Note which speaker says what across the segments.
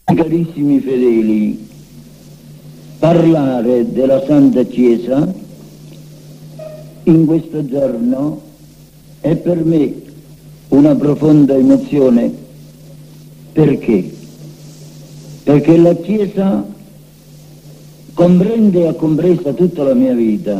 Speaker 1: Carissimi fedeli, parlare della Santa Chiesa in questo giorno è per me una profonda emozione. Perché? Perché la Chiesa comprende e ha compresa tutta la mia vita,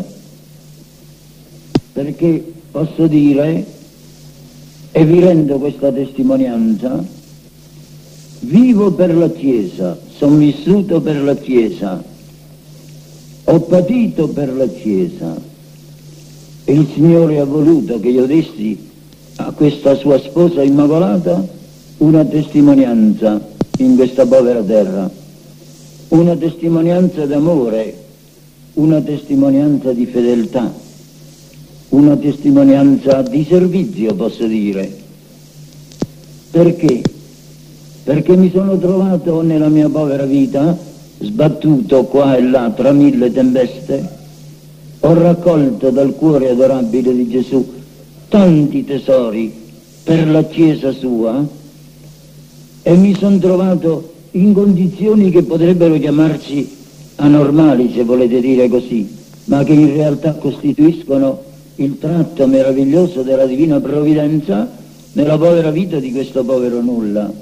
Speaker 1: perché posso dire, e vi rendo questa testimonianza, vivo per la Chiesa, sono vissuto per la Chiesa, ho patito per la Chiesa e il Signore ha voluto che io dessi a questa sua sposa immacolata una testimonianza in questa povera terra, una testimonianza d'amore, una testimonianza di fedeltà, una testimonianza di servizio, posso dire. Perché? Perché mi sono trovato nella mia povera vita sbattuto qua e là tra mille tempeste, ho raccolto dal cuore adorabile di Gesù tanti tesori per la Chiesa sua e mi sono trovato in condizioni che potrebbero chiamarsi anormali, se volete dire così, ma che in realtà costituiscono il tratto meraviglioso della divina provvidenza nella povera vita di questo povero nulla.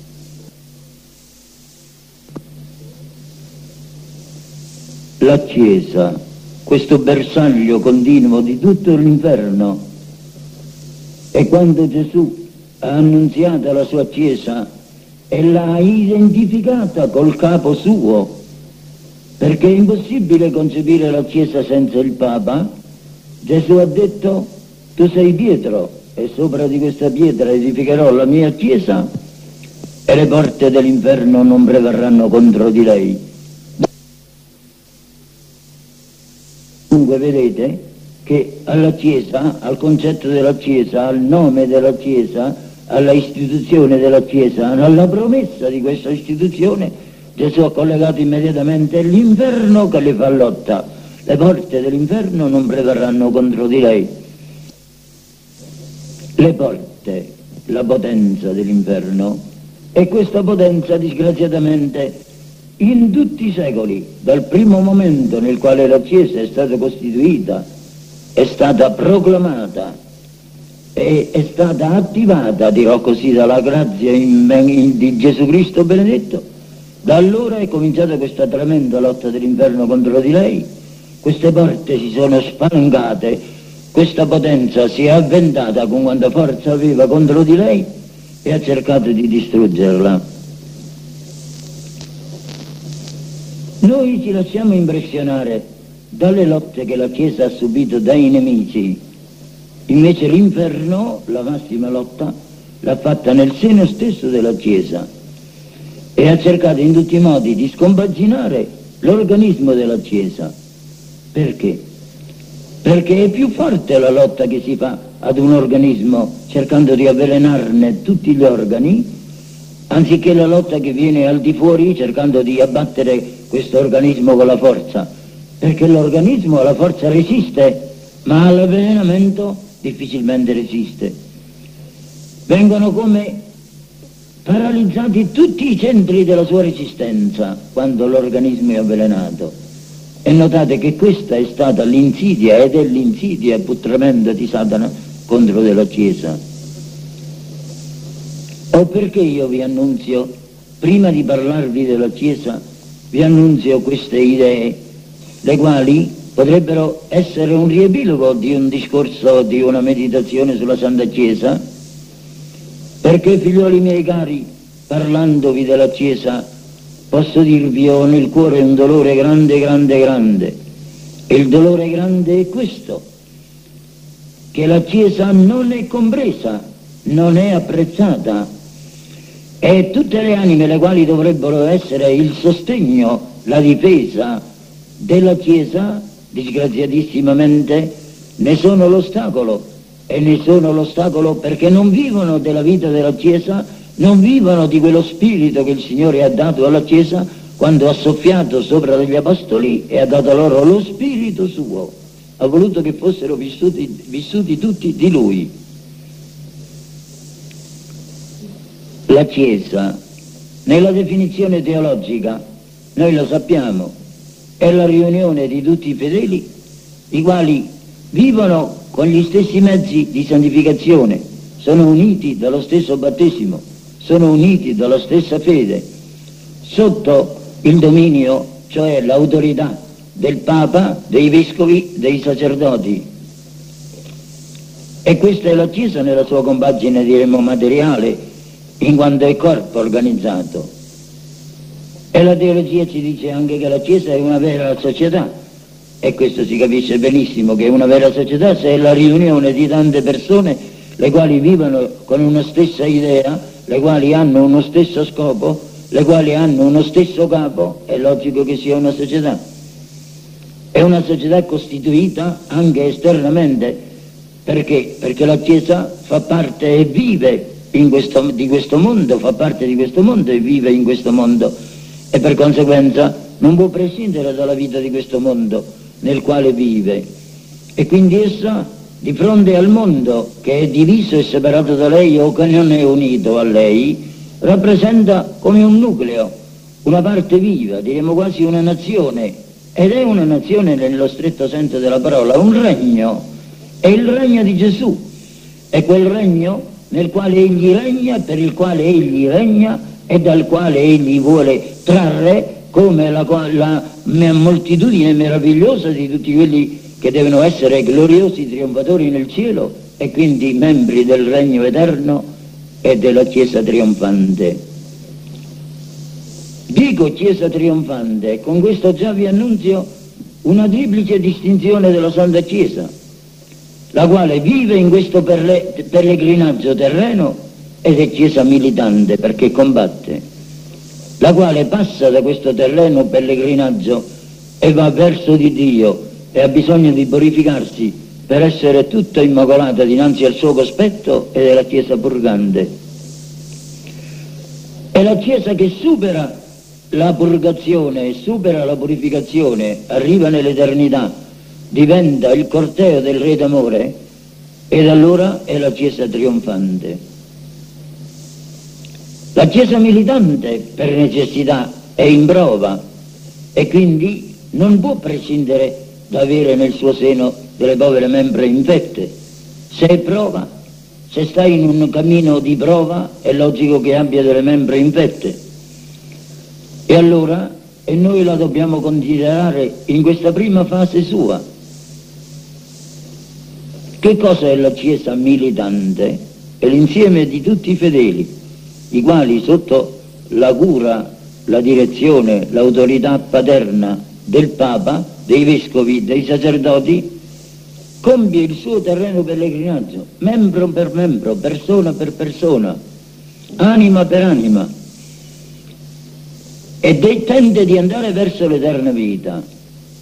Speaker 1: La Chiesa, questo bersaglio continuo di tutto l'inferno, e quando Gesù ha annunziato la sua Chiesa e l'ha identificata col capo suo, perché è impossibile concepire la Chiesa senza il Papa, Gesù ha detto: tu sei Pietro e sopra di questa pietra edificherò la mia Chiesa e le porte dell'inferno non prevarranno contro di lei. Dunque vedete che alla Chiesa, al concetto della Chiesa, al nome della Chiesa, alla istituzione della Chiesa, alla promessa di questa istituzione, Gesù ha collegato immediatamente l'inferno che le fa lotta. Le porte dell'inferno non prevarranno contro di lei. Le porte, la potenza dell'inferno, e questa potenza disgraziatamente in tutti i secoli, dal primo momento nel quale la Chiesa è stata costituita, è stata proclamata e è stata attivata, dirò così, dalla grazia di Gesù Cristo benedetto, da allora è cominciata questa tremenda lotta dell'inferno contro di lei. Queste porte si sono spalancate, questa potenza si è avventata con quanta forza aveva contro di lei e ha cercato di distruggerla. Noi ci lasciamo impressionare dalle lotte che la Chiesa ha subito dai nemici, invece l'inferno, la massima lotta, l'ha fatta nel seno stesso della Chiesa e ha cercato in tutti i modi di scompaginare l'organismo della Chiesa. Perché? Perché è più forte la lotta che si fa ad un organismo cercando di avvelenarne tutti gli organi, anziché la lotta che viene al di fuori cercando di abbattere questo organismo con la forza, perché l'organismo alla forza resiste, ma all'avvelenamento difficilmente resiste. Vengono come paralizzati tutti i centri della sua resistenza quando l'organismo è avvelenato. E notate che questa è stata l'insidia ed è l'insidia più tremenda di Satana contro della Chiesa. O perché io vi annunzio, prima di parlarvi della Chiesa, vi annunzio queste idee, le quali potrebbero essere un riepilogo di un discorso, di una meditazione sulla Santa Chiesa, perché, figlioli miei cari, parlandovi della Chiesa, posso dirvi, ho nel cuore un dolore grande, grande, grande, e il dolore grande è questo, che la Chiesa non è compresa, non è apprezzata, e tutte le anime le quali dovrebbero essere il sostegno, la difesa della Chiesa, disgraziatissimamente ne sono l'ostacolo, e ne sono l'ostacolo perché non vivono della vita della Chiesa, non vivono di quello spirito che il Signore ha dato alla Chiesa quando ha soffiato sopra degli apostoli e ha dato loro lo spirito suo, ha voluto che fossero vissuti tutti di Lui. La Chiesa Nella definizione teologica, noi lo sappiamo, è la riunione di tutti i fedeli, i quali vivono con gli stessi mezzi di santificazione, sono uniti dallo stesso battesimo, sono uniti dalla stessa fede, sotto il dominio, cioè l'autorità del Papa, dei Vescovi, dei sacerdoti. E questa è la Chiesa nella sua compagine, diremmo, materiale, in quanto è corpo organizzato. E la teologia ci dice anche che la Chiesa è una vera società, e questo si capisce benissimo, che è una vera società se è la riunione di tante persone le quali vivono con una stessa idea, le quali hanno uno stesso scopo, le quali hanno uno stesso capo. È logico che sia una società. È una società costituita anche esternamente. Perché? Perché la Chiesa fa parte e vive di questo mondo, fa parte di questo mondo e vive in questo mondo, e per conseguenza non può prescindere dalla vita di questo mondo nel quale vive. E quindi essa, di fronte al mondo che è diviso e separato da lei o che non è unito a lei, rappresenta come un nucleo, una parte viva, diremmo quasi una nazione, ed è una nazione nello stretto senso della parola, un regno. È il regno di Gesù, è quel regno nel quale egli regna, per il quale egli regna e dal quale egli vuole trarre come la moltitudine meravigliosa di tutti quelli che devono essere gloriosi trionfatori nel cielo e quindi membri del regno eterno e della Chiesa trionfante. Dico Chiesa trionfante, e con questo già vi annunzio una triplice distinzione della Santa Chiesa, la quale vive in questo pellegrinaggio terreno ed è Chiesa militante perché combatte, la quale passa da questo terreno pellegrinaggio e va verso di Dio e ha bisogno di purificarsi per essere tutta immacolata dinanzi al suo cospetto, ed è la Chiesa purgante. È la Chiesa che supera la purgazione, supera la purificazione, arriva nell'eternità, diventa il corteo del Re d'amore, ed allora è la Chiesa trionfante. La Chiesa militante per necessità è in prova e quindi non può prescindere da avere nel suo seno delle povere membra infette. Se è prova, se sta in un cammino di prova, è logico che abbia delle membra infette. E allora, e noi la dobbiamo considerare in questa prima fase sua. Che cosa è la Chiesa militante? È l'insieme di tutti i fedeli, i quali sotto la cura, la direzione, l'autorità paterna del Papa, dei Vescovi, dei sacerdoti, compie il suo terreno pellegrinaggio, membro per membro, persona per persona, anima per anima, e tende di andare verso l'eterna vita.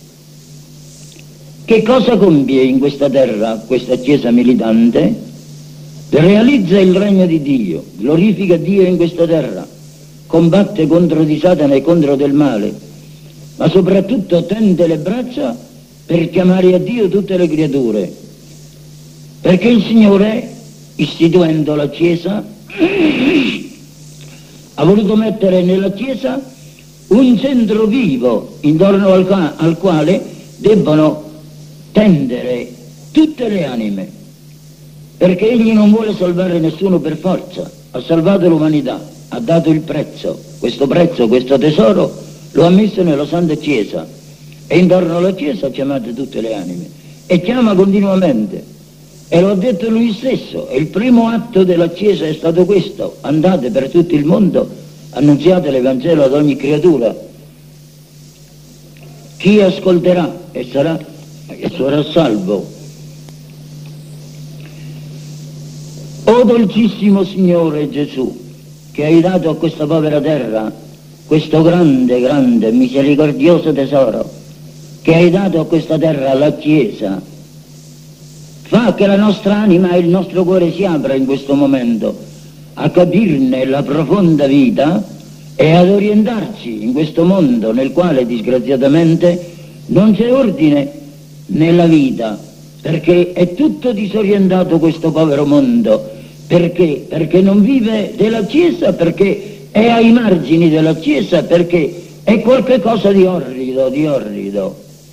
Speaker 1: Che cosa compie in questa terra questa Chiesa militante? Realizza il regno di Dio, glorifica Dio in questa terra, combatte contro di Satana e contro del male, ma soprattutto tende le braccia per chiamare a Dio tutte le creature, perché il Signore, istituendo la Chiesa, ha voluto mettere nella Chiesa un centro vivo intorno al quale debbono tendere tutte le anime, perché egli non vuole salvare nessuno per forza, ha salvato l'umanità, ha dato il prezzo, questo tesoro lo ha messo nella Santa Chiesa, e intorno alla Chiesa chiamate tutte le anime, e chiama continuamente, e lo ha detto lui stesso, e il primo atto della Chiesa è stato questo: andate per tutto il mondo, annunziate l'Evangelo ad ogni creatura, chi ascolterà e sarà salvo. O dolcissimo Signore Gesù, che hai dato a questa povera terra questo grande, grande, misericordioso tesoro, che hai dato a questa terra la Chiesa, fa che la nostra anima e il nostro cuore si apra in questo momento a capirne la profonda vita e ad orientarci in questo mondo nel quale disgraziatamente non c'è ordine nella vita, perché è tutto disorientato questo povero mondo. Perché? Perché non vive della Chiesa, perché è ai margini della Chiesa perché è qualcosa di orrido, di orrido.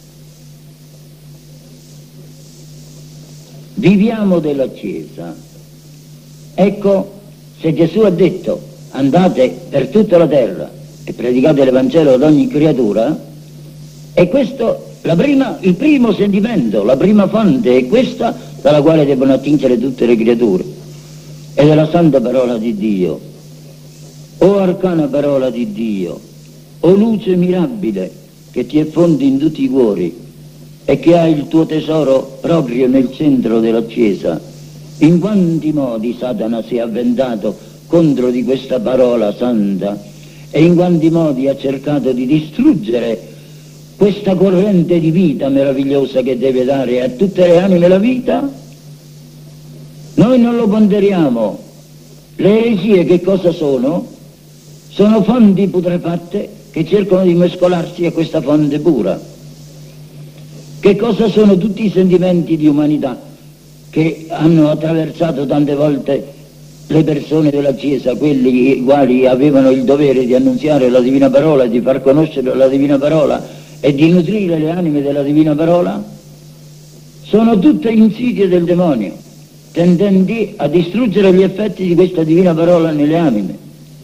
Speaker 1: Viviamo della Chiesa. Ecco, se Gesù ha detto andate per tutta la terra e predicate l'Evangelo ad ogni creatura, e questo il primo sentimento, la prima fonte è questa dalla quale devono attingere tutte le creature, ed è la santa parola di Dio, o arcana parola di Dio, o luce mirabile che ti effondi in tutti i cuori e che ha il tuo tesoro proprio nel centro della Chiesa. In quanti modi Satana si è avventato contro di questa parola santa e in quanti modi ha cercato di distruggere questa corrente di vita meravigliosa che deve dare a tutte le anime la vita? Noi non lo ponderiamo. Le eresie che cosa sono? Sono fonti putrefatte che cercano di mescolarsi a questa fonte pura. Che cosa sono tutti i sentimenti di umanità che hanno attraversato tante volte le persone della Chiesa, quelli i quali avevano il dovere di annunziare la Divina Parola, di far conoscere la Divina Parola e di nutrire le anime della Divina Parola? Sono tutte insidie del demonio, tendenti a distruggere gli effetti di questa Divina Parola nelle anime.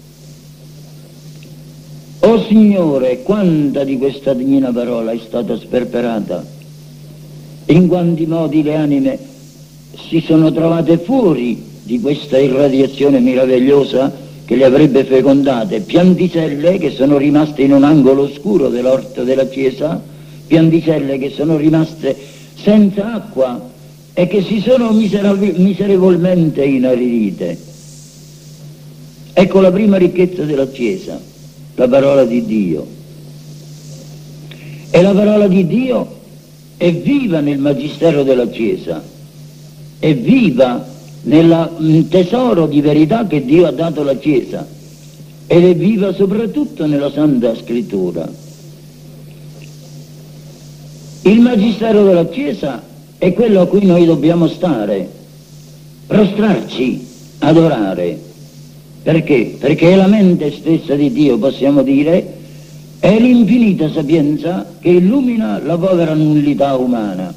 Speaker 1: O Signore, quanta di questa Divina Parola è stata sperperata, in quanti modi le anime si sono trovate fuori di questa irradiazione meravigliosa che le avrebbe fecondate, piantiselle che sono rimaste in un angolo oscuro dell'orto della Chiesa, piantiselle che sono rimaste senza acqua e che si sono miserevolmente inaridite. Ecco la prima ricchezza della Chiesa, la parola di Dio. E la parola di Dio è viva nel magistero della Chiesa, è viva nel tesoro di verità che Dio ha dato alla Chiesa ed è viva soprattutto nella Santa Scrittura. Il magistero della Chiesa è quello a cui noi dobbiamo stare, prostrarci, adorare. Perché? Perché è la mente stessa di Dio, possiamo dire, è l'infinita sapienza che illumina la povera nullità umana.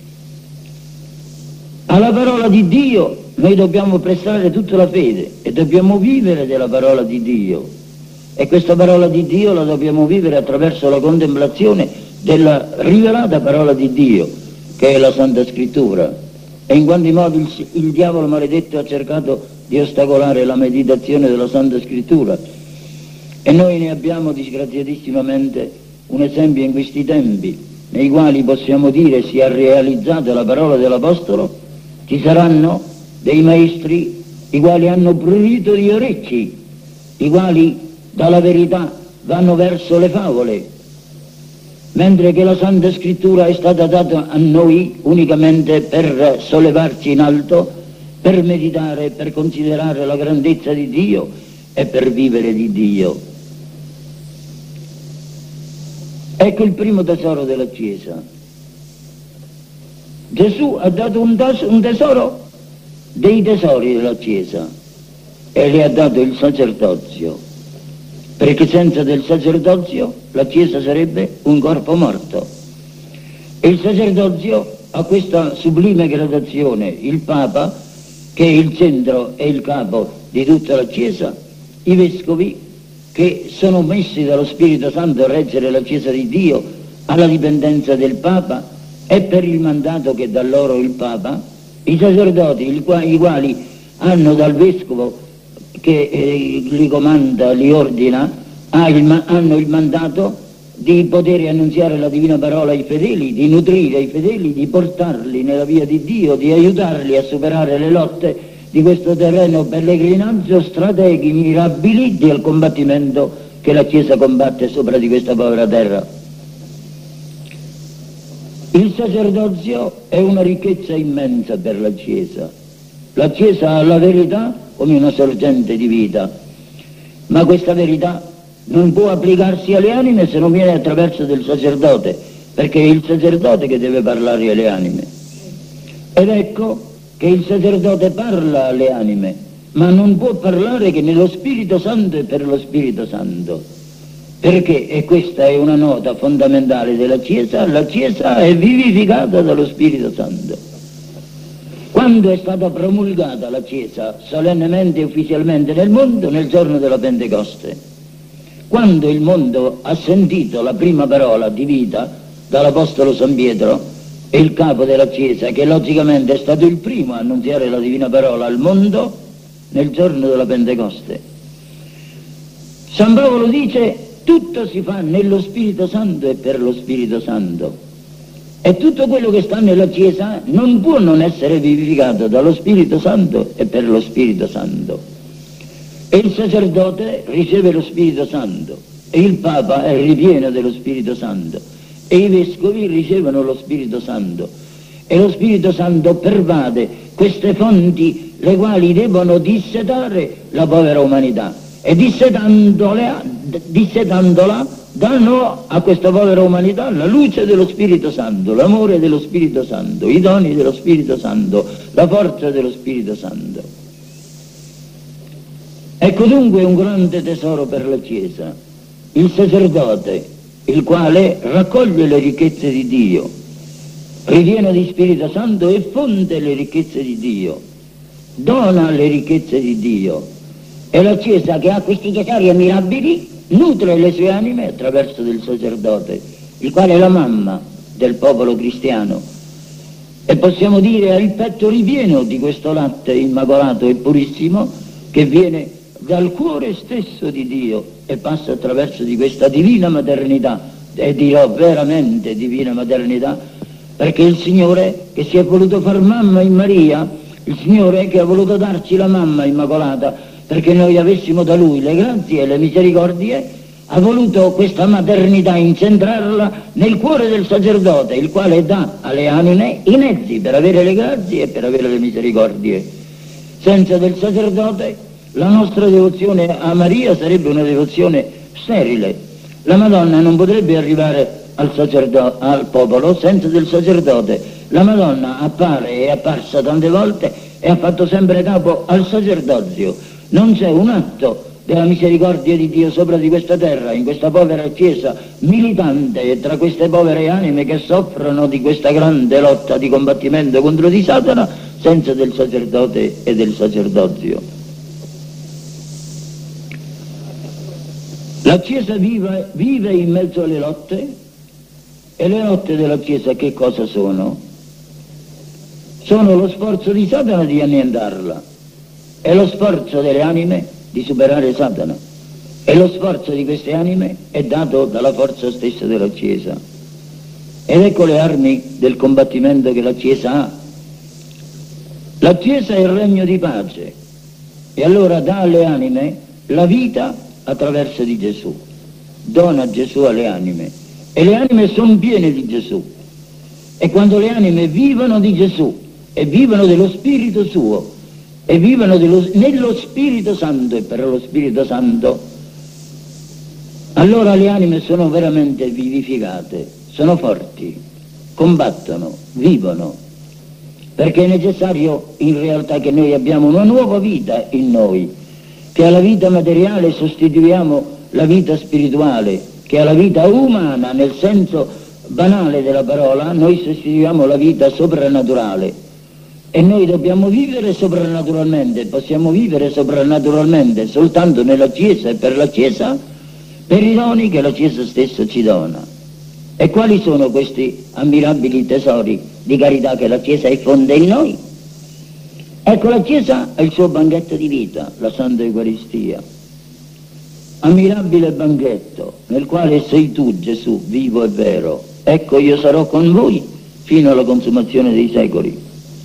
Speaker 1: Alla parola di Dio noi dobbiamo prestare tutta la fede e dobbiamo vivere della parola di Dio, e questa parola di Dio la dobbiamo vivere attraverso la contemplazione della rivelata parola di Dio, che è la Santa Scrittura. E in quanti modi il diavolo maledetto ha cercato di ostacolare la meditazione della Santa Scrittura, e noi ne abbiamo disgraziatissimamente un esempio in questi tempi, nei quali possiamo dire si è realizzata la parola dell'Apostolo. Ci saranno dei maestri i quali hanno prurito di orecchi, i quali dalla verità vanno verso le favole, mentre che la Santa Scrittura è stata data a noi unicamente per sollevarci in alto, per meditare, per considerare la grandezza di Dio e per vivere di Dio. Ecco il primo tesoro della Chiesa. Gesù ha dato un tesoro dei tesori della Chiesa e le ha dato il sacerdozio, perché senza del sacerdozio la Chiesa sarebbe un corpo morto. E il sacerdozio ha questa sublime gradazione: il Papa, che è il centro e il capo di tutta la Chiesa, i vescovi, che sono messi dallo Spirito Santo a reggere la Chiesa di Dio alla dipendenza del Papa e per il mandato che dà loro il Papa, i sacerdoti, i quali hanno dal Vescovo che li comanda, li ordina, hanno il mandato di poter annunziare la Divina Parola ai fedeli, di nutrire i fedeli, di portarli nella via di Dio, di aiutarli a superare le lotte di questo terreno pellegrinaggio, strateghi mirabili del combattimento che la Chiesa combatte sopra di questa povera terra. Il sacerdozio è una ricchezza immensa per la Chiesa. La Chiesa ha la verità come una sorgente di vita, ma questa verità non può applicarsi alle anime se non viene attraverso del sacerdote, perché è il sacerdote che deve parlare alle anime. Ed ecco che il sacerdote parla alle anime, ma non può parlare che nello Spirito Santo e per lo Spirito Santo. Perché, e questa è una nota fondamentale della Chiesa, la Chiesa è vivificata dallo Spirito Santo. Quando è stata promulgata la Chiesa solennemente e ufficialmente nel mondo? Nel giorno della Pentecoste. Quando il mondo ha sentito la prima parola di vita dall'Apostolo San Pietro, e il capo della Chiesa, che logicamente è stato il primo a annunziare la divina parola al mondo, nel giorno della Pentecoste. San Paolo dice: tutto si fa nello Spirito Santo e per lo Spirito Santo. E tutto quello che sta nella Chiesa non può non essere vivificato dallo Spirito Santo e per lo Spirito Santo. E il sacerdote riceve lo Spirito Santo, e il Papa è ripieno dello Spirito Santo, e i vescovi ricevono lo Spirito Santo, e lo Spirito Santo pervade queste fonti le quali devono dissetare la povera umanità, e dissetandola danno a questa povera umanità la luce dello Spirito Santo, l'amore dello Spirito Santo, i doni dello Spirito Santo, la forza dello Spirito Santo. Ecco dunque un grande tesoro per la Chiesa, il sacerdote, il quale raccoglie le ricchezze di Dio, ripieno di Spirito Santo e fonde le ricchezze di Dio, dona le ricchezze di Dio. E la Chiesa, che ha questi tesori mirabili, nutre le sue anime attraverso del sacerdote, il quale è la mamma del popolo cristiano, e possiamo dire ha il petto ripieno di questo latte immacolato e purissimo che viene dal cuore stesso di Dio e passa attraverso di questa divina maternità, e dirò veramente divina maternità, perché il Signore che si è voluto far mamma in Maria, il Signore che ha voluto darci la mamma immacolata perché noi avessimo da Lui le grazie e le misericordie, ha voluto questa maternità incentrarla nel cuore del sacerdote, il quale dà alle anime i mezzi per avere le grazie e per avere le misericordie. Senza del sacerdote la nostra devozione a Maria sarebbe una devozione sterile. La Madonna non potrebbe arrivare al popolo senza del sacerdote. La Madonna appare e è apparsa tante volte e ha fatto sempre capo al sacerdozio. Non c'è un atto della misericordia di Dio sopra di questa terra, in questa povera Chiesa militante e tra queste povere anime che soffrono di questa grande lotta di combattimento contro di Satana, senza del sacerdote e del sacerdozio. La Chiesa vive in mezzo alle lotte, e le lotte della Chiesa che cosa sono? Sono lo sforzo di Satana di annientarla, è lo sforzo delle anime di superare Satana, e lo sforzo di queste anime è dato dalla forza stessa della Chiesa. Ed ecco le armi del combattimento che la Chiesa ha. La Chiesa è il regno di pace, e allora dà alle anime la vita attraverso di Gesù, dona Gesù alle anime, e le anime sono piene di Gesù, e quando le anime vivono di Gesù e vivono dello Spirito suo e vivono nello Spirito Santo e per lo Spirito Santo, allora le anime sono veramente vivificate, sono forti, combattono, vivono, perché è necessario in realtà che noi abbiamo una nuova vita in noi, che alla vita materiale sostituiamo la vita spirituale, che alla vita umana nel senso banale della parola noi sostituiamo la vita soprannaturale. E noi dobbiamo vivere soprannaturalmente, possiamo vivere soprannaturalmente soltanto nella Chiesa e per la Chiesa, per i doni che la Chiesa stessa ci dona. E quali sono questi ammirabili tesori di carità che la Chiesa infonde in noi? Ecco, la Chiesa ha il suo banchetto di vita, la Santa Eucaristia, ammirabile banchetto nel quale sei tu, Gesù, vivo e vero. Ecco, io sarò con voi fino alla consumazione dei secoli.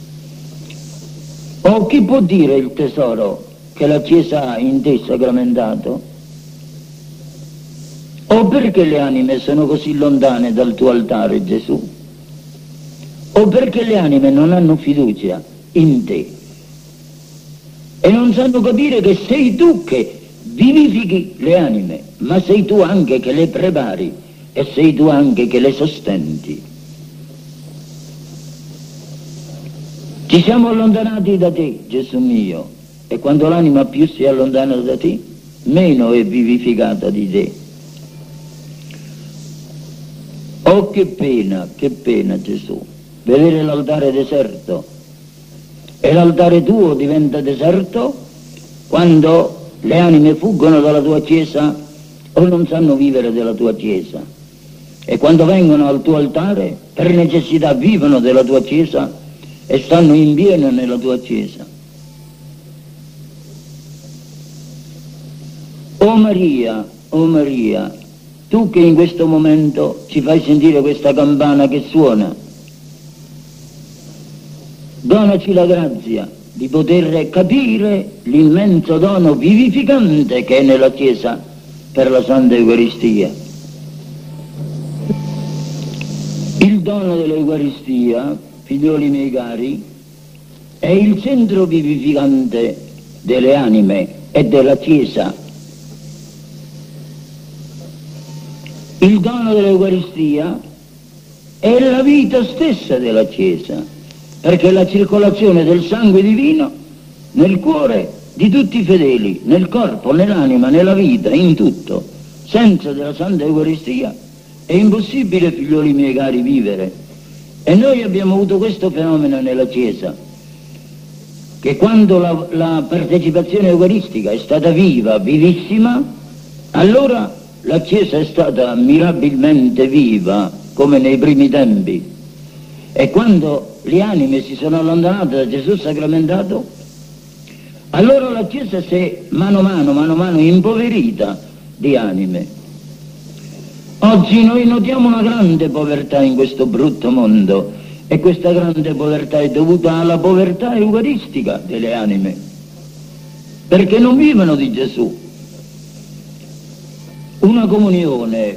Speaker 1: O chi può dire il tesoro che la Chiesa ha in te sacramentato? O perché le anime sono così lontane dal tuo altare, Gesù? O perché le anime non hanno fiducia in te e non sanno capire che sei tu che vivifichi le anime, ma sei tu anche che le prepari e sei tu anche che le sostenti. Ci siamo allontanati da te, Gesù mio, E quando l'anima più si allontana da te, meno è vivificata di te. Oh, che pena Gesù, vedere l'altare deserto. E l'altare tuo diventa deserto quando le anime fuggono dalla tua Chiesa o non sanno vivere della tua Chiesa. E quando vengono al tuo altare, per necessità vivono della tua Chiesa e stanno in pieno nella tua Chiesa. Oh Maria, tu che in questo momento ci fai sentire questa campana che suona, donaci la grazia di poter capire l'immenso dono vivificante che è nella Chiesa per la Santa Eucaristia. Il dono dell'Eucaristia, figlioli miei cari, è il centro vivificante delle anime e della Chiesa. Il dono dell'Eucaristia è la vita stessa della Chiesa, perché è la circolazione del sangue divino nel cuore di tutti i fedeli, nel corpo, nell'anima, nella vita, in tutto. Senza della Santa Eucaristia è impossibile, figlioli miei cari, vivere. E noi abbiamo avuto questo fenomeno nella Chiesa, che quando la partecipazione eucaristica è stata viva, vivissima, allora la Chiesa è stata mirabilmente viva, come nei primi tempi. E quando le anime si sono allontanate da Gesù sacramentato, allora la Chiesa si è mano a mano impoverita di anime. Oggi noi notiamo una grande povertà in questo brutto mondo, e questa grande povertà è dovuta alla povertà eucaristica delle anime, perché non vivono di Gesù. Una comunione,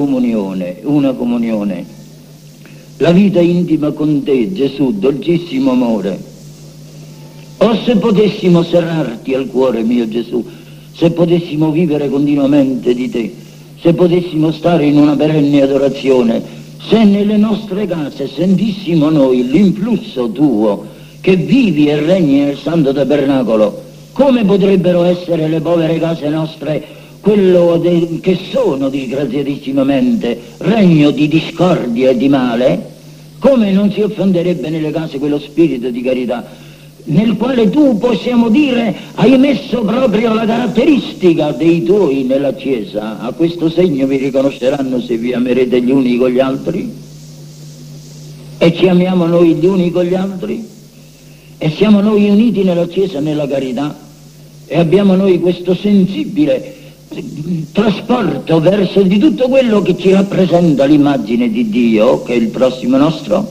Speaker 1: la vita intima con te, Gesù, dolcissimo amore. O se potessimo serrarti al cuore, mio Gesù, se potessimo vivere continuamente di te, se potessimo stare in una perenne adorazione, se nelle nostre case sentissimo noi l'influsso tuo, che vivi e regni nel Santo Tabernacolo, come potrebbero essere le povere case nostre che sono disgraziatissimamente regno di discordia e di male? Come non si offenderebbe nelle case quello spirito di carità nel quale tu, possiamo dire, hai messo proprio la caratteristica dei tuoi nella Chiesa? A questo segno vi riconosceranno se vi amerete gli uni con gli altri, e ci amiamo noi gli uni con gli altri, e siamo noi uniti nella Chiesa, nella carità, e abbiamo noi questo sensibile trasporto verso di tutto quello che ci rappresenta l'immagine di Dio, che è il prossimo nostro.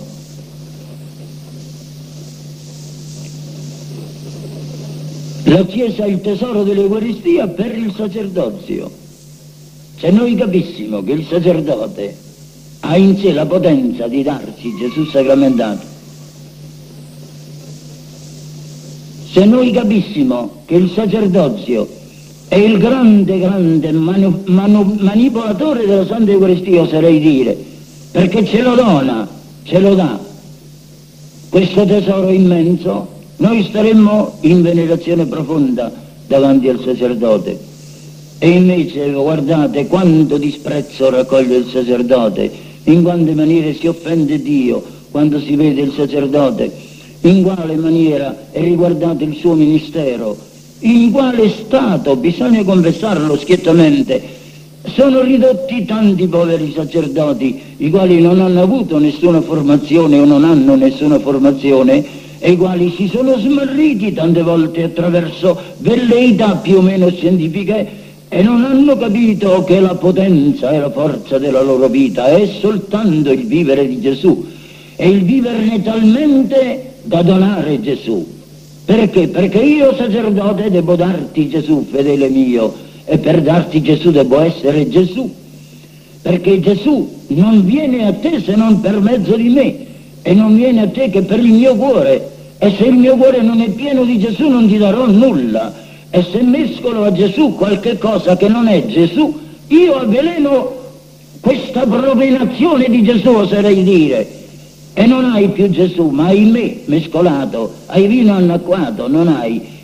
Speaker 1: La Chiesa è il tesoro dell'Eucaristia per il sacerdozio. Se noi capissimo che il sacerdote ha in sé la potenza di darci Gesù sacramentato, se noi capissimo che il sacerdozio è il grande manipolatore della Santa Eucaristia, oserei dire, perché ce lo dona, ce lo dà, questo tesoro immenso, noi staremmo in venerazione profonda davanti al sacerdote. E invece guardate quanto disprezzo raccoglie il sacerdote, in quante maniere si offende Dio quando si vede il sacerdote, in quale maniera è riguardato il suo ministero, in quale stato, bisogna confessarlo schiettamente, sono ridotti tanti poveri sacerdoti, i quali non hanno avuto nessuna formazione o non hanno nessuna formazione, e i quali si sono smarriti tante volte attraverso velleità più o meno scientifiche, e non hanno capito che la potenza e la forza della loro vita è soltanto il vivere di Gesù, e il viverne talmente da donare Gesù. Perché? Perché io sacerdote devo darti Gesù, fedele mio, e per darti Gesù devo essere Gesù, perché Gesù non viene a te se non per mezzo di me, e non viene a te che per il mio cuore, e se il mio cuore non è pieno di Gesù non ti darò nulla, e se mescolo a Gesù qualche cosa che non è Gesù, io avveleno questa provenazione di Gesù, oserei dire. E non hai più Gesù, ma hai me mescolato, hai vino annacquato, non hai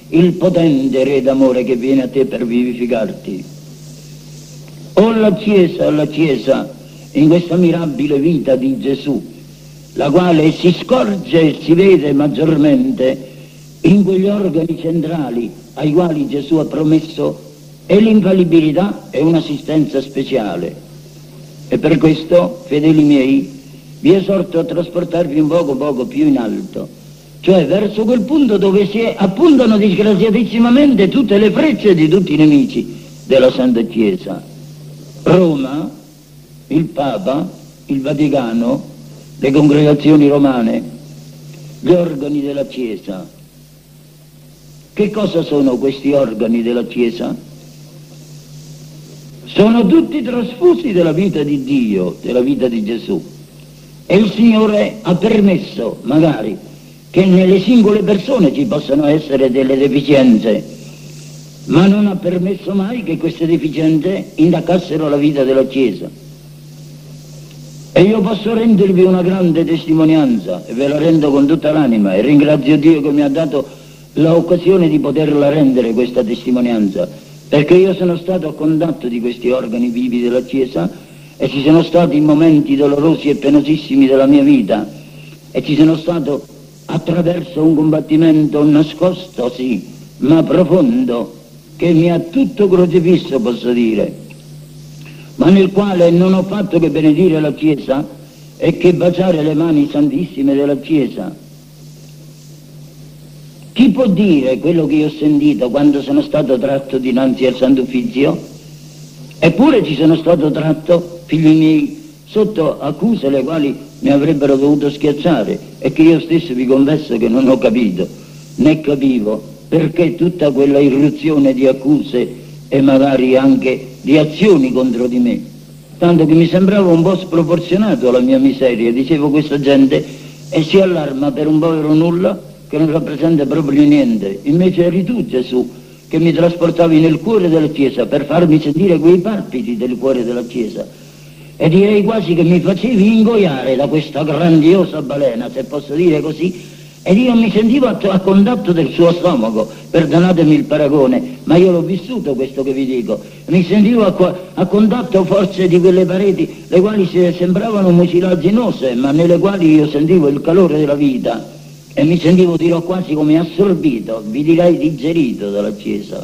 Speaker 1: il potente Re d'amore che viene a te per vivificarti. O la Chiesa, in questa mirabile vita di Gesù, la quale si scorge e si vede maggiormente in quegli organi centrali ai quali Gesù ha promesso e l'infallibilità e un'assistenza speciale. E per questo, fedeli miei, vi esorto a trasportarvi un poco più in alto, cioè verso quel punto dove si appuntano disgraziatissimamente tutte le frecce di tutti i nemici della Santa Chiesa. Roma, il Papa, il Vaticano, le congregazioni romane, gli organi della Chiesa. Che cosa sono questi organi della Chiesa? Sono tutti trasfusi della vita di Dio, della vita di Gesù. E il Signore ha permesso, magari, che nelle singole persone ci possano essere delle deficienze, ma non ha permesso mai che queste deficienze intaccassero la vita della Chiesa. E io posso rendervi una grande testimonianza, e ve la rendo con tutta l'anima, e ringrazio Dio che mi ha dato l'occasione di poterla rendere questa testimonianza, perché io sono stato a contatto di questi organi vivi della Chiesa e ci sono stati momenti dolorosi e penosissimi della mia vita e ci sono stato attraverso un combattimento nascosto, sì, ma profondo, che mi ha tutto crocifisso, posso dire, ma nel quale non ho fatto che benedire la Chiesa e che baciare le mani santissime della Chiesa. Chi può dire quello che io ho sentito quando sono stato tratto dinanzi al Santo Uffizio? Eppure ci sono stato tratto, figli miei, sotto accuse le quali mi avrebbero dovuto schiacciare e che io stesso vi confesso che non ho capito, né capivo perché tutta quella irruzione di accuse e magari anche di azioni contro di me, tanto che mi sembrava un po' sproporzionato alla mia miseria. Dicevo, questa gente si allarma per un povero nulla che non rappresenta proprio niente, invece eri tu, Gesù, che mi trasportavi nel cuore della Chiesa per farmi sentire quei palpiti del cuore della Chiesa, e direi quasi che mi facevi ingoiare da questa grandiosa balena, se posso dire così, ed io mi sentivo a contatto del suo stomaco, perdonatemi il paragone, ma io l'ho vissuto questo che vi dico, mi sentivo a contatto forse di quelle pareti le quali sembravano mucilaginose, ma nelle quali io sentivo il calore della vita e mi sentivo, dirò, quasi come assorbito, vi direi digerito dalla Chiesa.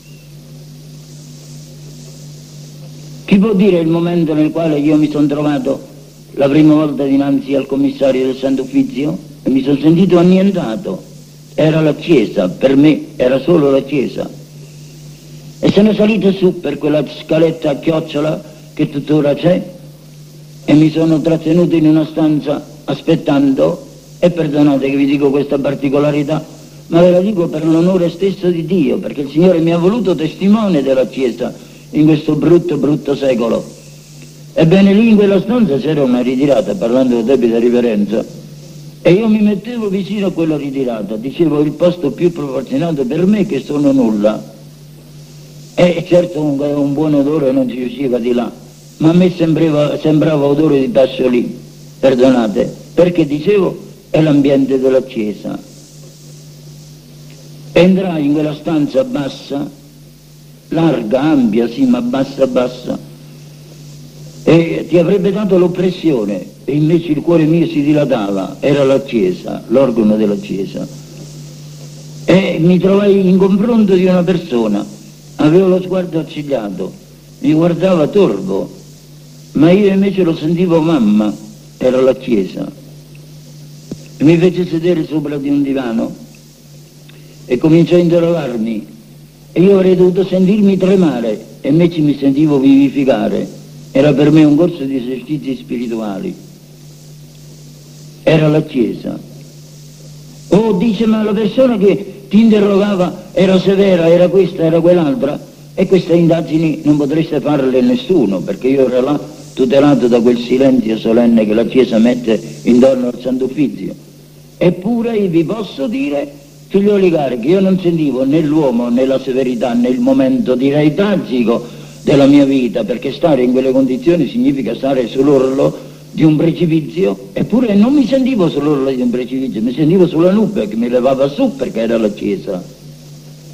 Speaker 1: Chi può dire il momento nel quale io mi sono trovato la prima volta dinanzi al commissario del Santo Uffizio e mi sono sentito annientato? Era la Chiesa, per me era solo la Chiesa. E sono salito su per quella scaletta a chiocciola che tuttora c'è e mi sono trattenuto in una stanza aspettando. E perdonate che vi dico questa particolarità, ma ve la dico per l'onore stesso di Dio, perché il Signore mi ha voluto testimone della Chiesa in questo brutto secolo. Ebbene, lì in quella stanza c'era una ritirata, parlando di debita riverenza, e io mi mettevo vicino a quella ritirata, dicevo, il posto più proporzionato per me che sono nulla. E certo un buon odore non ci usciva di là, ma a me sembrava odore di pasciolì, perdonate, perché dicevo, è l'ambiente della Chiesa. Entrai in quella stanza bassa, larga, ampia, sì, ma bassa, e ti avrebbe dato l'oppressione, e invece il cuore mio si dilatava, era la Chiesa, l'organo della Chiesa. E mi trovai in confronto di una persona, avevo lo sguardo accigliato, mi guardava torvo, ma io invece lo sentivo mamma, era la Chiesa. Mi fece sedere sopra di un divano e cominciò a interrogarmi e io avrei dovuto sentirmi tremare e invece mi sentivo vivificare. Era per me un corso di esercizi spirituali. Era la Chiesa. Oh, dice, ma la persona che ti interrogava era severa, era questa, era quell'altra, e queste indagini non potreste farle nessuno, perché io ero là tutelato da quel silenzio solenne che la Chiesa mette intorno al Santo Uffizio. Eppure vi posso dire, figlioli cari, che io non sentivo né l'uomo né la severità nel momento, direi, tragico della mia vita, perché stare in quelle condizioni significa stare sull'orlo di un precipizio, eppure non mi sentivo sull'orlo di un precipizio, mi sentivo sulla nube che mi levava su, perché era la Chiesa.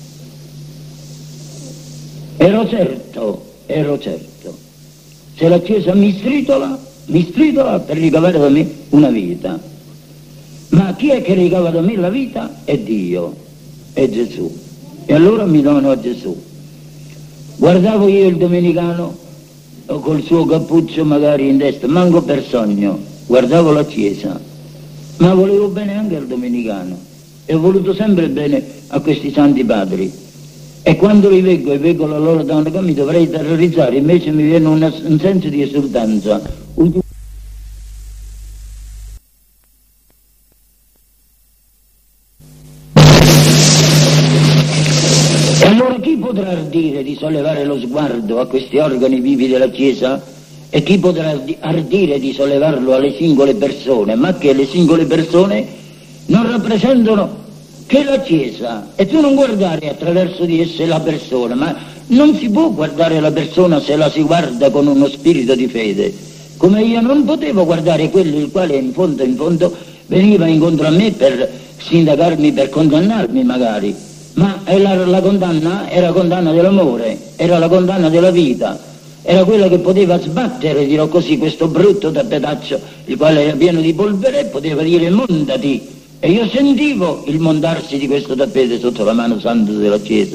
Speaker 1: Ero certo. Se la Chiesa mi stritola per ricavare da me una vita. Ma chi è che ricava da me la vita? È Dio, è Gesù. E allora mi donano a Gesù. Guardavo io il domenicano col suo cappuccio magari in testa, manco per sogno, guardavo la Chiesa, ma volevo bene anche al domenicano e ho voluto sempre bene a questi santi padri. E quando li leggo e vedo la loro donna mi dovrei terrorizzare, invece mi viene un senso di esultanza. E allora chi potrà ardire di sollevare lo sguardo a questi organi vivi della Chiesa? E chi potrà ardire di sollevarlo alle singole persone? Ma che le singole persone non rappresentano che la Chiesa, e tu non guardare attraverso di esse la persona, ma non si può guardare la persona se la si guarda con uno spirito di fede, come io non potevo guardare quello il quale in fondo veniva incontro a me per sindacarmi, per condannarmi magari, ma la condanna era condanna dell'amore, era la condanna della vita, era quella che poteva sbattere, dirò così, questo brutto tappetaccio, il quale era pieno di polvere, poteva dire montati. E io sentivo il montarsi di questo tappeto sotto la mano santa della Chiesa.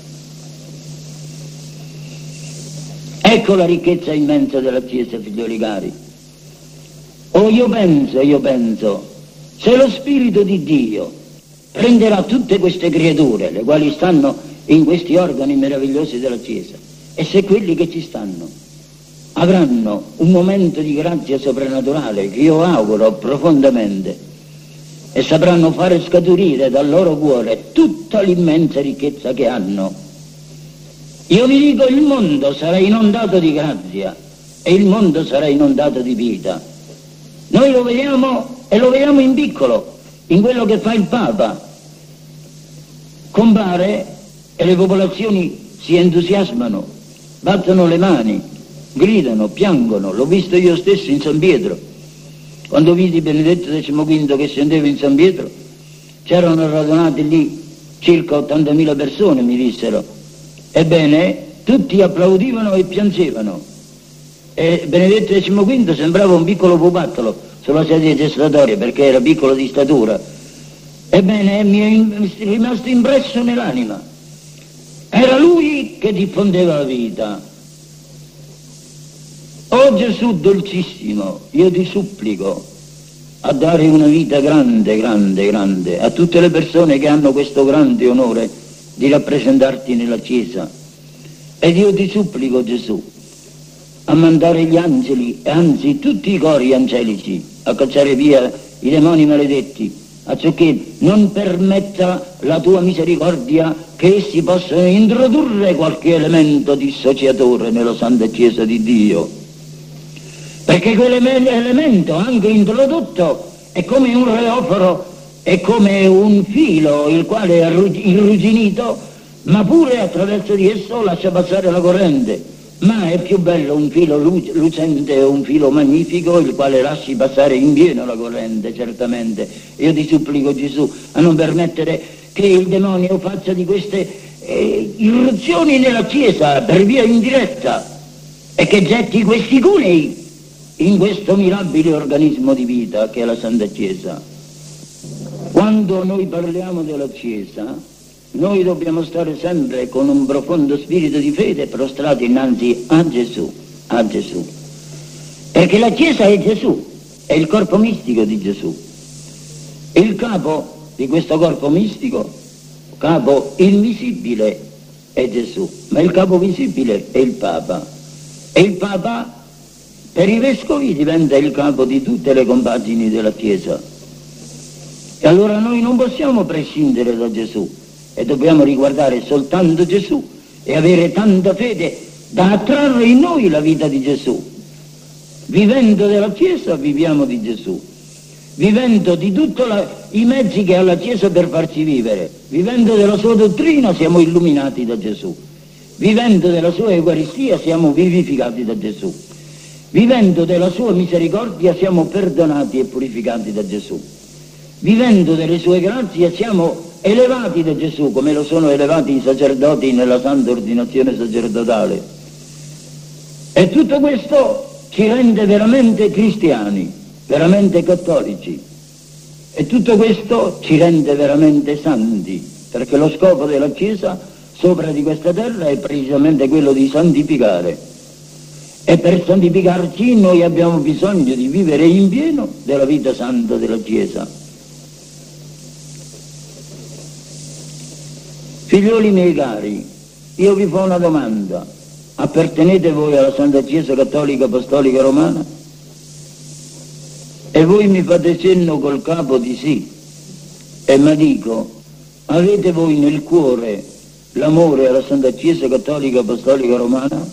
Speaker 1: Ecco la ricchezza immensa della Chiesa, figlioli cari. Io penso, se lo Spirito di Dio prenderà tutte queste creature, le quali stanno in questi organi meravigliosi della Chiesa, e se quelli che ci stanno avranno un momento di grazia soprannaturale, che io auguro profondamente, e sapranno fare scaturire dal loro cuore tutta l'immensa ricchezza che hanno. Io vi dico, il mondo sarà inondato di grazia e il mondo sarà inondato di vita. Noi lo vediamo e lo vediamo in piccolo, in quello che fa il Papa. Compare e le popolazioni si entusiasmano, battono le mani, gridano, piangono. L'ho visto io stesso in San Pietro. Quando vidi Benedetto XV che scendeva in San Pietro, c'erano radunate lì circa 80.000 persone, mi dissero. Ebbene, tutti applaudivano e piangevano. E Benedetto XV sembrava un piccolo pupattolo sulla sedia gestatoria, perché era piccolo di statura. Ebbene, mi è rimasto impresso nell'anima. Era lui che diffondeva la vita. Oh Gesù dolcissimo, io ti supplico a dare una vita grande, grande, grande a tutte le persone che hanno questo grande onore di rappresentarti nella Chiesa. Ed io ti supplico, Gesù, a mandare gli angeli, anzi tutti i cori angelici, a cacciare via i demoni maledetti, acciocché non permetta la tua misericordia che essi possano introdurre qualche elemento dissociatore nella Santa Chiesa di Dio. Perché quell'elemento anche introdotto è come un reoforo, è come un filo il quale è irruginito, ma pure attraverso di esso lascia passare la corrente. Ma è più bello un filo lucente, un filo magnifico, il quale lasci passare in pieno la corrente, certamente. Io ti supplico, Gesù, a non permettere che il demonio faccia di queste irruzioni nella Chiesa per via indiretta e che getti questi cunei in questo mirabile organismo di vita che è la Santa Chiesa. Quando noi parliamo della Chiesa, noi dobbiamo stare sempre con un profondo spirito di fede prostrati innanzi a Gesù, perché la Chiesa è Gesù, è il corpo mistico di Gesù. Il capo di questo corpo mistico, capo invisibile, è Gesù, ma il capo visibile è il Papa, e il Papa per i vescovi diventa il capo di tutte le compagini della Chiesa. E allora noi non possiamo prescindere da Gesù e dobbiamo riguardare soltanto Gesù e avere tanta fede da attrarre in noi la vita di Gesù. Vivendo della Chiesa viviamo di Gesù, vivendo di tutti i mezzi che ha la Chiesa per farci vivere, vivendo della sua dottrina siamo illuminati da Gesù, vivendo della sua Eucaristia siamo vivificati da Gesù. Vivendo della sua misericordia siamo perdonati e purificati da Gesù. Vivendo delle sue grazie siamo elevati da Gesù, come lo sono elevati i sacerdoti nella santa ordinazione sacerdotale. E tutto questo ci rende veramente cristiani, veramente cattolici. E tutto questo ci rende veramente santi, perché lo scopo della Chiesa sopra di questa terra è precisamente quello di santificare. E per santificarci noi abbiamo bisogno di vivere in pieno della vita santa della Chiesa. Figlioli miei cari, io vi faccio una domanda: appartenete voi alla Santa Chiesa Cattolica Apostolica Romana? E voi mi fate cenno col capo di sì. E mi dico, avete voi nel cuore l'amore alla Santa Chiesa Cattolica Apostolica Romana?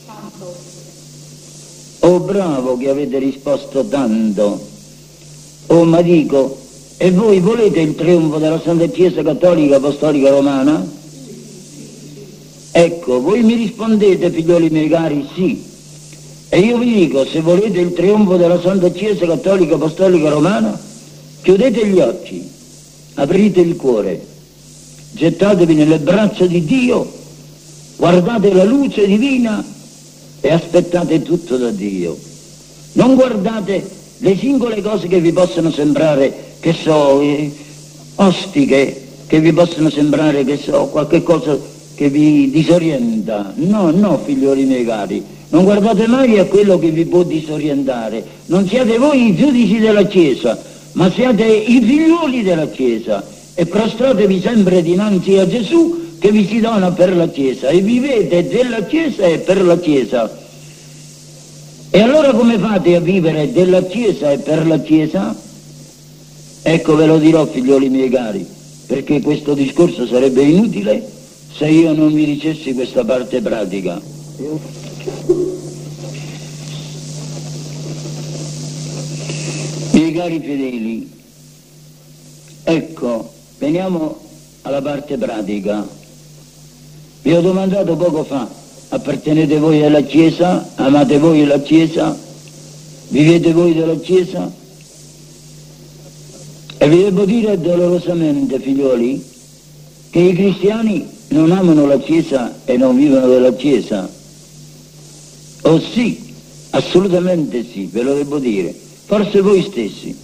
Speaker 1: Oh, bravo che avete risposto tanto. Oh, ma dico, e voi volete il trionfo della Santa Chiesa Cattolica Apostolica Romana? Ecco, voi mi rispondete, figlioli miei cari, sì. E io vi dico, se volete il trionfo della Santa Chiesa Cattolica Apostolica Romana, chiudete gli occhi, aprite il cuore, gettatevi nelle braccia di Dio, guardate la luce divina e aspettate tutto da Dio. Non guardate le singole cose che vi possono sembrare, che so, ostiche, che vi possono sembrare, che so, qualche cosa che vi disorienta. No, no, figlioli miei cari, non guardate mai a quello che vi può disorientare. Non siate voi i giudici della Chiesa, ma siate i figlioli della Chiesa, e prostratevi sempre dinanzi a Gesù che vi si dona per la Chiesa, e vivete della Chiesa e per la Chiesa. E allora come fate a vivere della Chiesa e per la Chiesa? Ecco, ve lo dirò, figlioli miei cari, perché questo discorso sarebbe inutile se io non vi dicessi questa parte pratica. Miei cari fedeli, ecco, veniamo alla parte pratica. Vi ho domandato poco fa, appartenete voi alla Chiesa? Amate voi la Chiesa? Vivete voi della Chiesa? E vi devo dire dolorosamente, figlioli, che i cristiani non amano la Chiesa e non vivono della Chiesa. Oh sì, assolutamente sì, ve lo devo dire, forse voi stessi.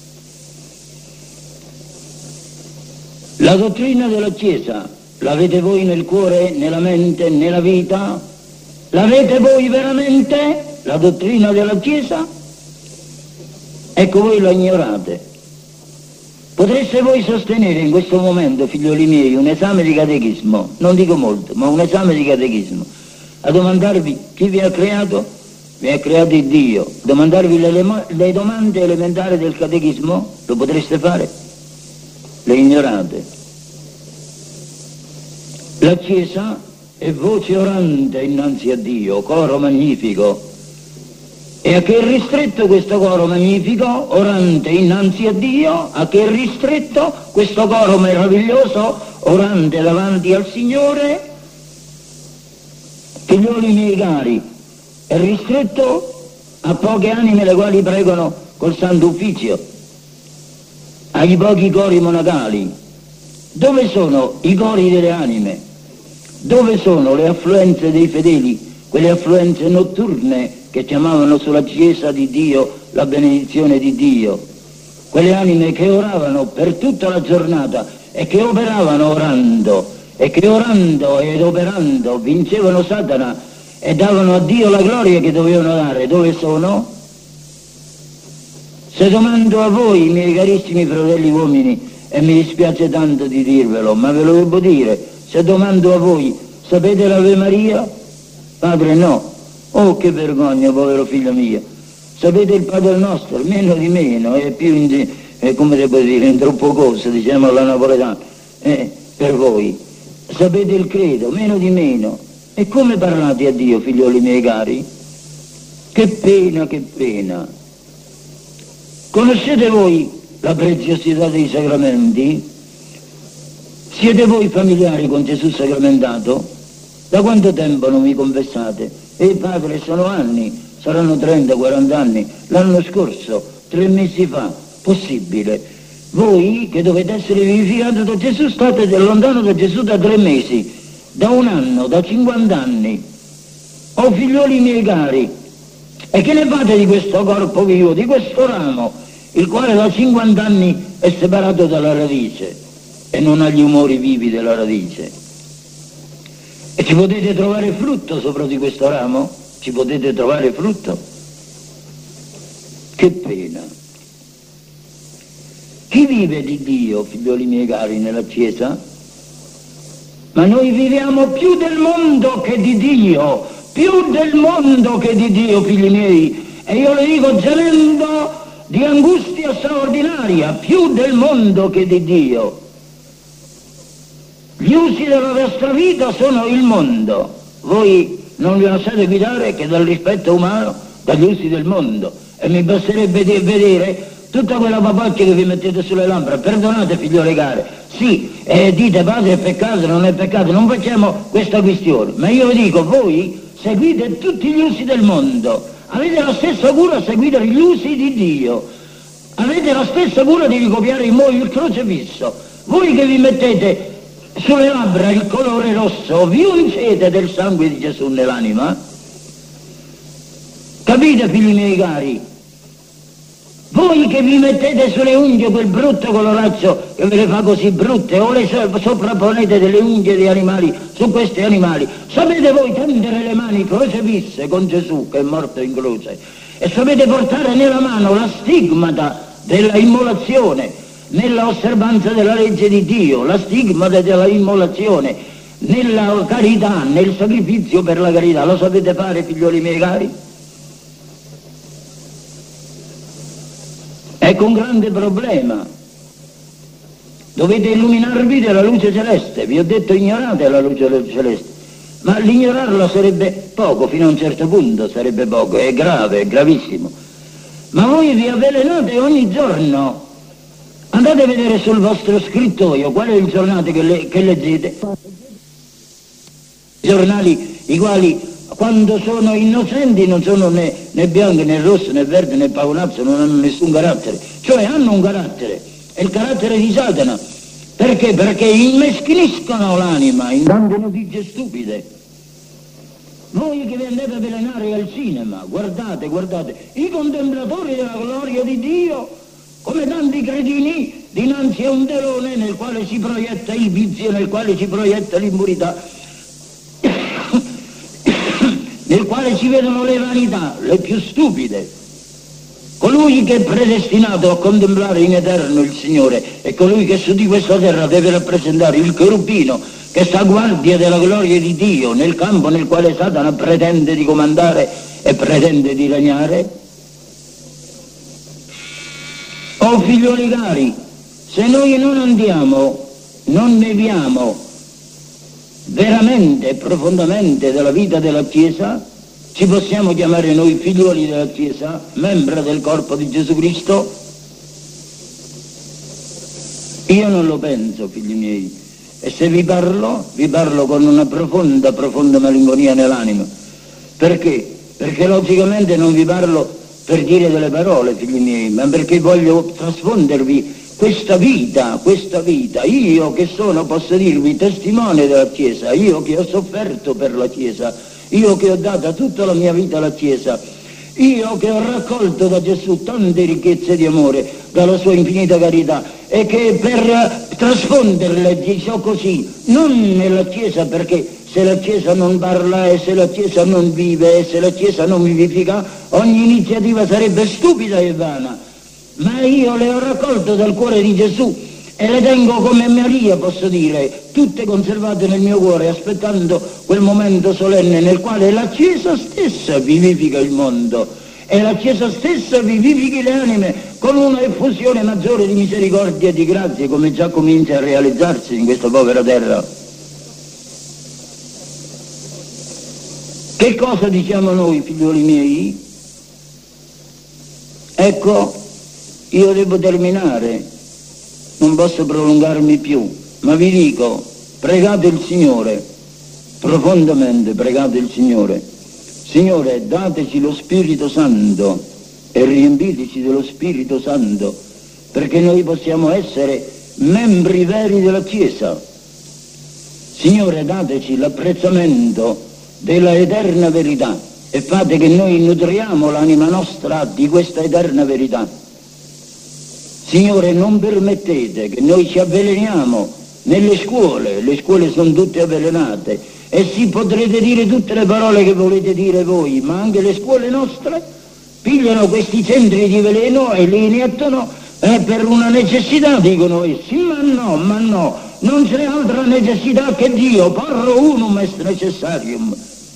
Speaker 1: La dottrina della Chiesa l'avete voi nel cuore, nella mente, nella vita? L'avete voi veramente, la dottrina della Chiesa? Ecco, voi la ignorate. Potreste voi sostenere in questo momento, figlioli miei, un esame di catechismo, non dico molto, ma un esame di catechismo, a domandarvi chi vi ha creato? Vi ha creato il Dio. Domandarvi le domande elementari del catechismo? Lo potreste fare? Le ignorate. La Chiesa è voce orante innanzi a Dio, coro magnifico. E a che è ristretto questo coro magnifico, orante innanzi a Dio? A che è ristretto questo coro meraviglioso, orante davanti al Signore? Figlioli miei cari, è ristretto a poche anime le quali pregano col Santo Uffizio, ai pochi cori monacali. Dove sono i cori delle anime? Dove sono le affluenze dei fedeli, quelle affluenze notturne che chiamavano sulla Chiesa di Dio la benedizione di Dio? Quelle anime che oravano per tutta la giornata e che operavano orando, e che orando ed operando vincevano Satana e davano a Dio la gloria che dovevano dare. Dove sono? Se domando a voi, miei carissimi fratelli uomini, e mi dispiace tanto di dirvelo, ma ve lo devo dire, se domando a voi, sapete l'Ave Maria? Padre no. Oh, che vergogna, povero figlio mio. Sapete il Padre nostro? Meno di meno, è più, come devo dire, in troppo cosa, diciamo alla napoletana, per voi. Sapete il credo? Meno di meno. E come parlate a Dio, figlioli miei cari? Che pena, che pena. Conoscete voi la preziosità dei sacramenti? Siete voi familiari con Gesù sacramentato? Da quanto tempo non vi confessate? Padre, sono anni, saranno 30, 40 anni. L'anno scorso, 3 mesi fa, possibile. Voi che dovete essere vivificati da Gesù state lontano da Gesù da 3 mesi, da 1 anno, da 50 anni. Oh figlioli miei cari, e che ne fate di questo corpo vivo, di questo ramo, il quale da 50 anni è separato dalla radice e non ha gli umori vivi della radice? E ci potete trovare frutto sopra di questo ramo? Ci potete trovare frutto? Che pena. Chi vive di Dio, figlioli miei cari, nella Chiesa? Ma noi viviamo più del mondo che di Dio, più del mondo che di Dio, figli miei, e io le dico gemendo di angustia straordinaria, più del mondo che di Dio. Gli usi della vostra vita sono il mondo, voi non vi lasciate guidare che dal rispetto umano, dagli usi del mondo, e mi basterebbe di vedere tutta quella papaccia che vi mettete sulle labbra. Perdonate figliole care, sì, dite padre è peccato, non è peccato, non facciamo questa questione, ma io vi dico, voi seguite tutti gli usi del mondo, avete la stessa cura a seguire gli usi di Dio, avete la stessa cura di ricopiare il crocefisso. Voi che vi mettete sulle labbra il colore rosso, vi ungete del sangue di Gesù nell'anima? Capite figli miei cari? Voi che vi mettete sulle unghie quel brutto coloraccio che ve le fa così brutte, o le sovrapponete delle unghie di animali su questi animali, sapete voi tendere le mani crocefisse con Gesù che è morto in croce, e sapete portare nella mano la stigmata della immolazione, nella osservanza della legge di Dio, la stigmata della immolazione, nella carità, nel sacrificio per la carità. Lo sapete fare, figlioli miei cari? Ecco un grande problema. Dovete illuminarvi della luce celeste. Vi ho detto ignorate la luce celeste, ma l'ignorarla sarebbe poco, fino a un certo punto sarebbe poco, è grave, è gravissimo. Ma voi vi avvelenate ogni giorno. Andate a vedere sul vostro scrittoio qual è il giornale che leggete. Giornali i quali quando sono innocenti non sono né bianchi, né rossi, né verdi, né pavonazzo, non hanno nessun carattere, cioè hanno un carattere, è il carattere di Satana. Perché? Perché immeschiniscono l'anima in tante notizie stupide. Voi che vi andate a avvelenare al cinema, guardate, i contemplatori della gloria di Dio, come tanti cretini dinanzi a un telone nel quale si proietta il vizio, nel quale si proietta l'impurità, nel quale si vedono le vanità, le più stupide. Colui che è predestinato a contemplare in eterno il Signore è colui che su di questa terra deve rappresentare il cherubino che sta a guardia della gloria di Dio nel campo nel quale Satana pretende di comandare e pretende di regnare. Oh figlioli cari, se noi non andiamo, non beviamo veramente e profondamente della vita della Chiesa, ci possiamo chiamare noi figlioli della Chiesa, membri del corpo di Gesù Cristo? Io non lo penso, figli miei, e se vi parlo con una profonda malinconia nell'anima. Perché? Perché logicamente non vi parlo per dire delle parole, figli miei, ma perché voglio trasfondervi questa vita, io che sono, posso dirvi, testimone della Chiesa, io che ho sofferto per la Chiesa, io che ho dato tutta la mia vita alla Chiesa, io che ho raccolto da Gesù tante ricchezze di amore, dalla sua infinita carità, e che per trasfonderle dico così, non nella Chiesa, perché se la Chiesa non parla e se la Chiesa non vive e se la Chiesa non vivifica, ogni iniziativa sarebbe stupida e vana. Ma io le ho raccolte dal cuore di Gesù e le tengo come Maria, posso dire, tutte conservate nel mio cuore, aspettando quel momento solenne nel quale la Chiesa stessa vivifica il mondo e la Chiesa stessa vivifichi le anime con una effusione maggiore di misericordia e di grazie, come già comincia a realizzarsi in questa povera terra. Che cosa diciamo noi, figlioli miei? Ecco, io devo terminare, non posso prolungarmi più, ma vi dico, pregate il Signore, profondamente pregate il Signore. Signore, dateci lo Spirito Santo e riempiteci dello Spirito Santo perché noi possiamo essere membri veri della Chiesa. Signore, dateci l'apprezzamento della eterna verità e fate che noi nutriamo l'anima nostra di questa eterna verità. Signore, non permettete che noi ci avveleniamo nelle scuole, le scuole sono tutte avvelenate, e sì, potrete dire tutte le parole che volete dire voi, ma anche le scuole nostre pigliano questi centri di veleno e li iniettano per una necessità, dicono essi. Ma no, non c'è altra necessità che Dio, porro unum est necessarium.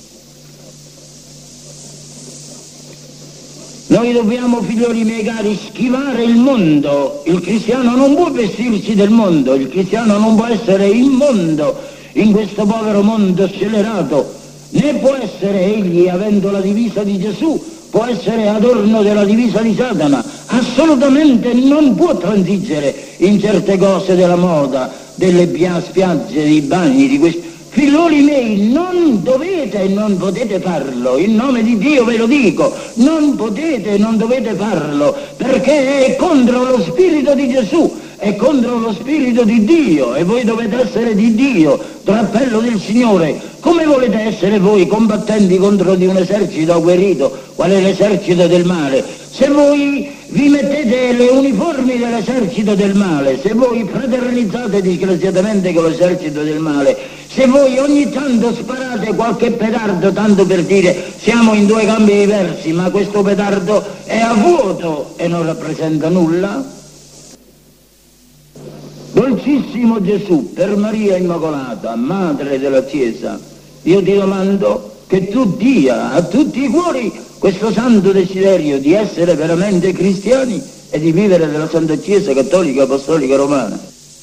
Speaker 1: Noi dobbiamo, figlioli miei cari, schivare il mondo. Il cristiano non può vestirsi del mondo, il cristiano non può essere immondo in questo povero mondo scellerato, né può essere egli, avendo la divisa di Gesù, può essere adorno della divisa di Satana. Assolutamente non può transigere in certe cose della moda, delle spiagge, dei bagni, di questi. Figlioli miei, non dovete e non potete farlo, in nome di Dio ve lo dico, non potete e non dovete farlo, perché è contro lo spirito di Gesù, è contro lo spirito di Dio, e voi dovete essere di Dio, drappello del Signore. Come volete essere voi combattenti contro di un esercito agguerrito, qual è l'esercito del male? Se voi vi mettete le uniformi dell'esercito del male, se voi fraternizzate disgraziatamente con l'esercito del male, se voi ogni tanto sparate qualche petardo, tanto per dire siamo in due campi diversi, ma questo petardo è a vuoto e non rappresenta nulla. Dolcissimo Gesù, per Maria Immacolata, Madre della Chiesa, io ti domando che tu dia a tutti i cuori questo santo desiderio di essere veramente cristiani e di vivere nella Santa Chiesa Cattolica Apostolica Romana.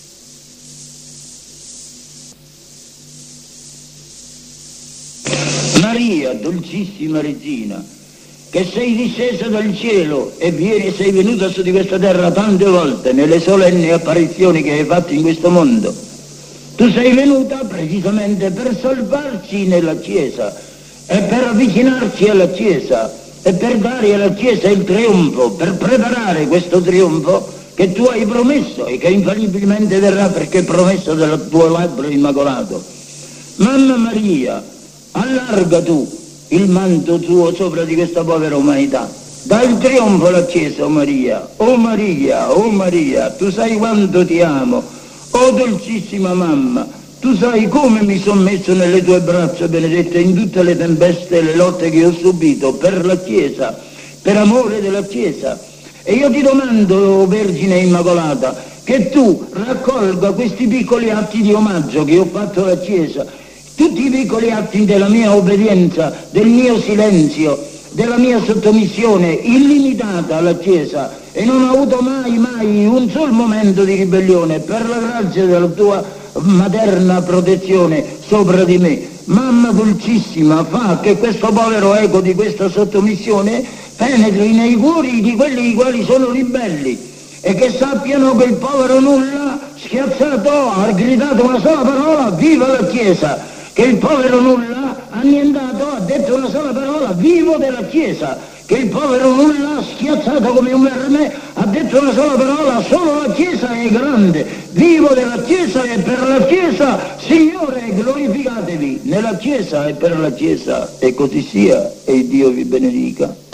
Speaker 1: Maria, dolcissima regina, che sei discesa dal cielo e sei venuta su di questa terra tante volte nelle solenni apparizioni che hai fatto in questo mondo. Tu sei venuta precisamente per salvarci nella Chiesa e per avvicinarci alla Chiesa e per dare alla Chiesa il trionfo, per preparare questo trionfo che tu hai promesso e che infallibilmente verrà, perché è promesso dal tuo labbro immacolato. Mamma Maria, allarga tu il manto tuo sopra di questa povera umanità. Dai il trionfo alla Chiesa, oh Maria, oh Maria, oh Maria, tu sai quanto ti amo, oh dolcissima mamma, tu sai come mi sono messo nelle tue braccia benedette in tutte le tempeste e le lotte che ho subito per la Chiesa, per amore della Chiesa. E io ti domando, oh Vergine Immacolata, che tu raccolga questi piccoli atti di omaggio che ho fatto alla Chiesa, tutti i piccoli atti della mia obbedienza, del mio silenzio, della mia sottomissione illimitata alla Chiesa, e non ho avuto mai un solo momento di ribellione, per la grazia della tua materna protezione sopra di me. Mamma dolcissima, fa che questo povero eco di questa sottomissione penetri nei cuori di quelli i quali sono ribelli, e che sappiano che il povero nulla schiazzato ha gridato una sola parola: viva la Chiesa! Che il povero nulla annientato ha detto una sola parola: vivo della Chiesa! Che il povero nulla, schiazzato come un verme, ha detto una sola parola: solo la Chiesa è grande, vivo della Chiesa e per la Chiesa, Signore, glorificatevi nella Chiesa e per la Chiesa, e così sia, e Dio vi benedica.